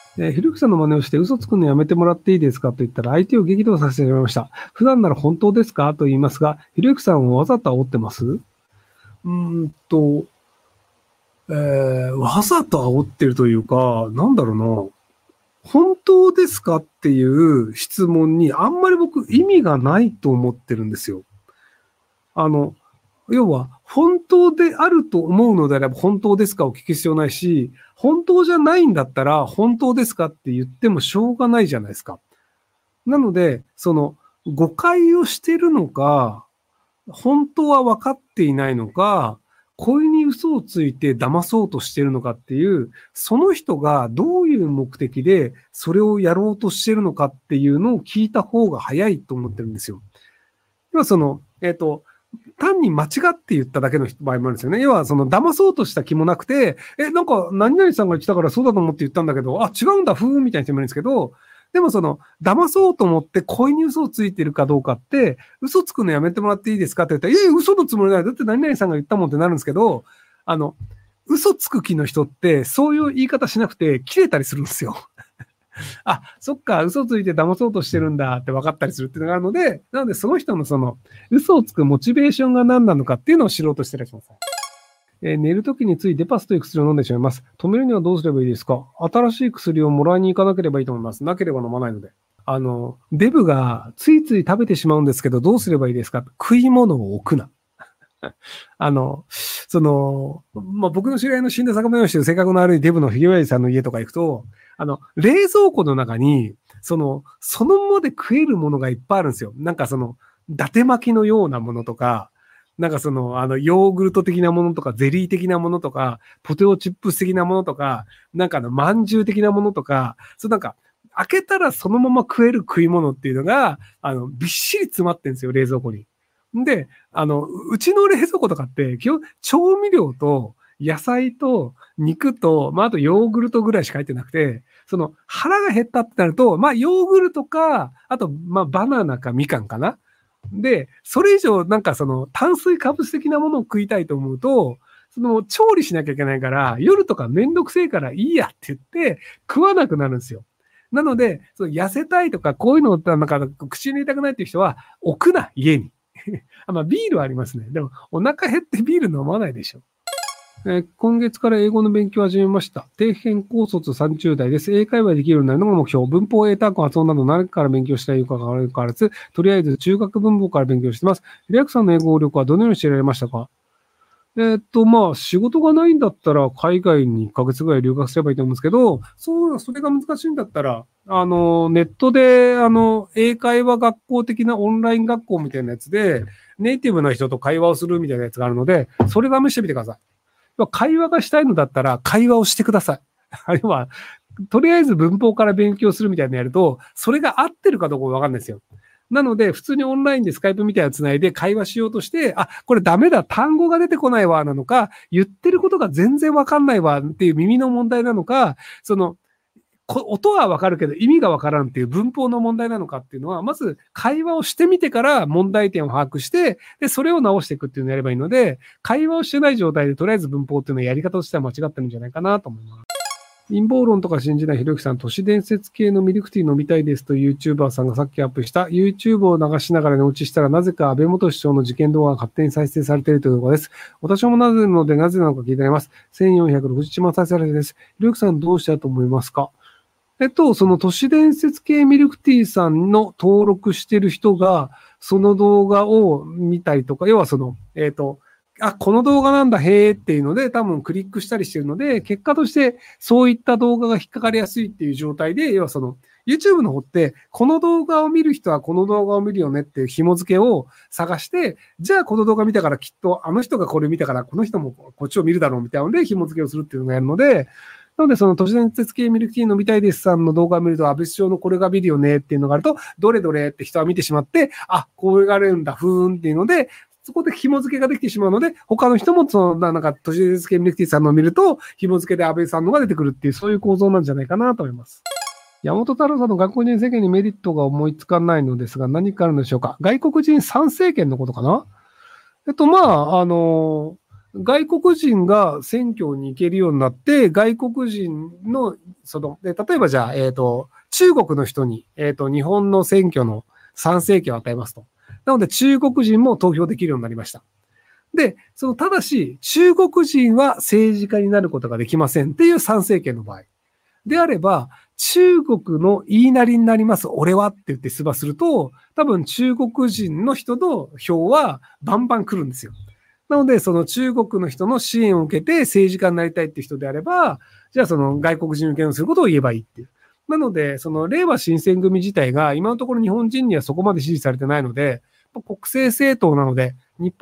ひろゆきさんの真似をして嘘つくのやめてもらっていいですかと言ったら相手を激怒させてしまいました。普段なら本当ですかと言いますが、ひろゆきさんはわざと煽ってますうーんと、わざと煽ってるというか、なんだろうな。本当ですかっていう質問にあんまり僕意味がないと思ってるんですよ。あの、要は、本当であると思うのであれば本当ですかを聞く必要ないし、本当じゃないんだったら本当ですかって言ってもしょうがないじゃないですか。なので、誤解をしてるのか、本当は分かっていないのか、故意に嘘をついて騙そうとしてるのかっていう、その人がどういう目的でそれをやろうとしてるのかっていうのを聞いた方が早いと思ってるんですよ。要は単に間違って言っただけの場合もあるんですよね。要は、騙そうとした気もなくて、なんか、何々さんが言ってたからそうだと思って言ったんだけど、あ、違うんだ、ふーんみたいな人もいるんですけど、でも騙そうと思って故意に嘘をついてるかどうかって、嘘つくのやめてもらっていいですかって言ったら、いや、嘘のつもりない。だって何々さんが言ったもんってなるんですけど、あの、嘘つく気の人って、そういう言い方しなくて、切れたりするんですよ。あ、そっか、嘘ついて騙そうとしてるんだって分かったりするっていうのがあるので、なのでその人の嘘をつくモチベーションが何なのかっていうのを知ろうとしてらっしゃいます。寝るときについデパスという薬を飲んでしまいます。止めるにはどうすればいいですか？新しい薬をもらいに行かなければいいと思います。なければ飲まないので。デブがついつい食べてしまうんですけど、どうすればいいですか？食い物を置くな。僕の知り合いの死んだ魚のようにしてる性格の悪いデブのひげ親父さんの家とか行くと、冷蔵庫の中に、そのままで食えるものがいっぱいあるんですよ。なんか伊達巻きのようなものとか、なんかヨーグルト的なものとか、ゼリー的なものとか、ポテトチップス的なものとか、なんか饅頭的なものとか、なんか、開けたらそのまま食える食い物っていうのが、びっしり詰まってるんですよ、冷蔵庫に。で、うちの冷蔵庫とかって、基本、調味料と野菜と肉と、あとヨーグルトぐらいしか入ってなくて、腹が減ったってなると、ヨーグルトか、あと、バナナかみかんかな。で、それ以上、なんか炭水化物的なものを食いたいと思うと、調理しなきゃいけないから、夜とかめんどくせえからいいやって言って食わなくなるんですよ。なので、痩せたいとか、こういうのをなんか口に入れたくないっていう人は、置くな、家に。ビールはありますね。でも、お腹減ってビール飲まないでしょ。今月から英語の勉強を始めました。底辺高卒30代です。英会話できるようになるのが目標。文法、英単語、発音など何から勉強したいかが変わらず、とりあえず中学文法から勉強しています。リアクさんの英語力はどのようにしてられましたか？仕事がないんだったら、海外に1ヶ月ぐらい留学すればいいと思うんですけど、それが難しいんだったら、ネットで、英会話学校的なオンライン学校みたいなやつで、ネイティブな人と会話をするみたいなやつがあるので、それ試してみてください。会話がしたいのだったら、会話をしてください。あるいは、とりあえず文法から勉強するみたいなのやると、それが合ってるかどうかわかんないですよ。なので、普通にオンラインでスカイプみたいなつないで会話しようとして、あ、これダメだ、単語が出てこないわ、なのか、言ってることが全然わかんないわっていう耳の問題なのか、音はわかるけど意味がわからんっていう文法の問題なのかっていうのは、まず会話をしてみてから問題点を把握して、で、それを直していくっていうのをやればいいので、会話をしてない状態でとりあえず文法っていうのはやり方としては間違ってるんじゃないかなと思います。陰謀論とか信じないひろゆきさん、都市伝説系のミルクティー飲みたいですと YouTuber さんがさっきアップした YouTube を流しながら寝落ちしたらなぜか安倍元首相の事件動画が勝手に再生されているという動画です。私もなぜなのでなぜなのか聞いてあります。1461万再生されてです。ひろゆきさんどうしたと思いますか？その都市伝説系ミルクティーさんの登録してる人が、その動画を見たりとか、要はあ、この動画なんだ、へーっていうので、多分クリックしたりしてるので、結果としてそういった動画が引っかかりやすいっていう状態で、要はYouTube の方って、この動画を見る人はこの動画を見るよねっていう紐付けを探して、じゃあこの動画見たからきっとあの人がこれ見たからこの人もこっちを見るだろうみたいなので紐付けをするっていうのをやるので、なので、都市伝説系ミルクティー飲みたいですさんの動画を見ると、安倍首相のこれが見るよねっていうのがあると、どれどれって人は見てしまって、あ、こういうがあるんだ、ふーんっていうので、そこで紐付けができてしまうので、他の人も、なんか、都市伝説系ミルクティーさんのを見ると、紐付けで安倍さんのが出てくるっていう、そういう構造なんじゃないかなと思います。山本太郎さんの外国人政権にメリットが思いつかないのですが、何かあるのでしょうか？外国人参政権のことかな？まあ、 外国人が選挙に行けるようになって、外国人の、例えばじゃあ、中国の人に、日本の選挙の参政権を与えますと。なので、中国人も投票できるようになりました。で、ただし、中国人は政治家になることができませんっていう参政権の場合。であれば、中国の言いなりになります、俺はって言って出馬すると、多分中国人の人の票はバンバン来るんですよ。なので、その中国の人の支援を受けて政治家になりたいって人であれば、じゃあその外国人受けをすることを言えばいいっていう。なので、その令和新選組自体が今のところ日本人にはそこまで支持されてないので、国政政党なので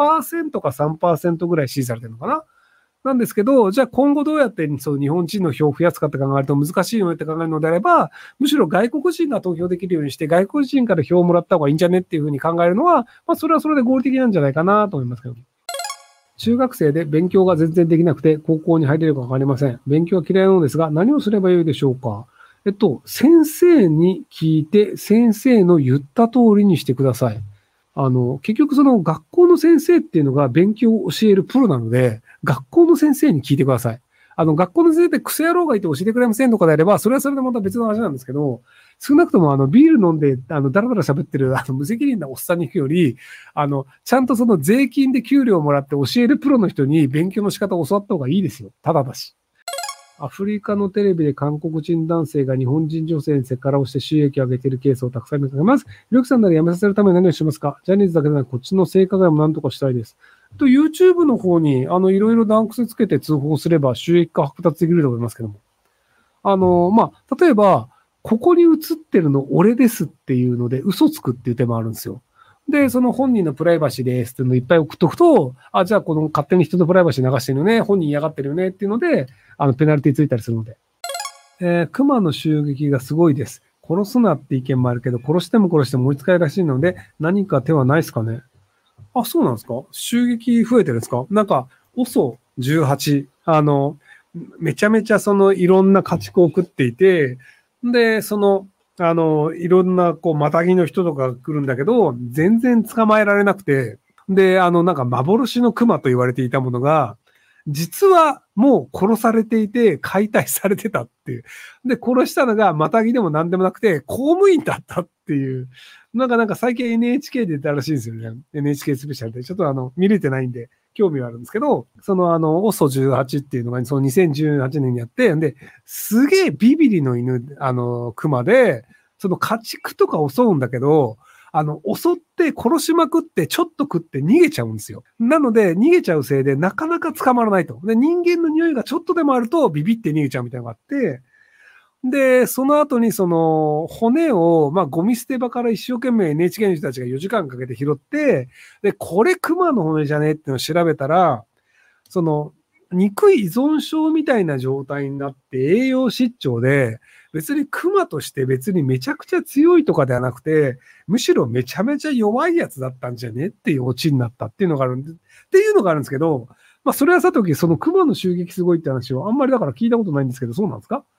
2% か 3% ぐらい支持されてるのかな。なんですけど、じゃあ今後どうやってそう日本人の票を増やすかって考えると難しいよねって考えるのであれば、むしろ外国人が投票できるようにして外国人から票をもらった方がいいんじゃねっていうふうに考えるのは、それはそれで合理的なんじゃないかなと思いますけど。中学生で勉強が全然できなくて高校に入れるかわかりません。勉強は嫌いなのですが何をすればよいでしょうか。先生に聞いて先生の言った通りにしてください。結局その学校の先生っていうのが勉強を教えるプロなので、学校の先生に聞いてください。学校の先生ってクソ野郎がいて教えてくれませんとかであれば、それはそれでまた別の話なんですけど、少なくともビール飲んで、だらだら喋ってる、無責任なおっさんに行くより、ちゃんとその税金で給料をもらって教えるプロの人に勉強の仕方を教わった方がいいですよ。ただだし。アフリカのテレビで韓国人男性が日本人女性にセクハラをして収益を上げているケースをたくさん見かけます。ひろきさんなら辞めさせるために何をしますか？ジャニーズだけでなくこっちの性加害も何とかしたいです。YouTube の方にいろいろダンクスつけて通報すれば収益化剥奪できると思いますけども。例えば、ここに映ってるの俺ですっていうので嘘つくっていう手もあるんですよ。で、その本人のプライバシーですっていうのをいっぱい送っとくと、じゃあこの勝手に人のプライバシー流してるよね、本人嫌がってるよねっていうので、ペナルティついたりするので。熊の襲撃がすごいです。殺すなって意見もあるけど、殺しても殺しても追いつかいらしいので、何か手はないですかね。そうなんですか？襲撃増えてるんですか？なんか、OSO18、めちゃめちゃいろんな家畜を送っていて、で、いろんな、またぎの人とかが来るんだけど、全然捕まえられなくて、で、なんか幻の熊と言われていたものが、実はもう殺されていて解体されてたっていう。で、殺したのがまたぎでも何でもなくて公務員だったっていう。なんか最近 NHK で出たらしいんですよね。NHK スペシャルで。ちょっと見れてないんで興味はあるんですけど、OSO18 っていうのがその2018年にやって、で、すげえビビリの犬、熊で、その家畜とか襲うんだけど、襲って殺しまくってちょっと食って逃げちゃうんですよ。なので逃げちゃうせいでなかなか捕まらないと。で、人間の匂いがちょっとでもあるとビビって逃げちゃうみたいなのがあって、で、その後に骨を、ゴミ捨て場から一生懸命 NHK の人たちが4時間かけて拾って、で、これ熊の骨じゃねっていうのを調べたら、肉依存症みたいな状態になって栄養失調で、別に熊として別にめちゃくちゃ強いとかではなくて、むしろめちゃめちゃ弱いやつだったんじゃねっていうオチになったっていうのがあるんですけど、それはさておき、その熊の襲撃すごいって話をあんまりだから聞いたことないんですけど、そうなんですか？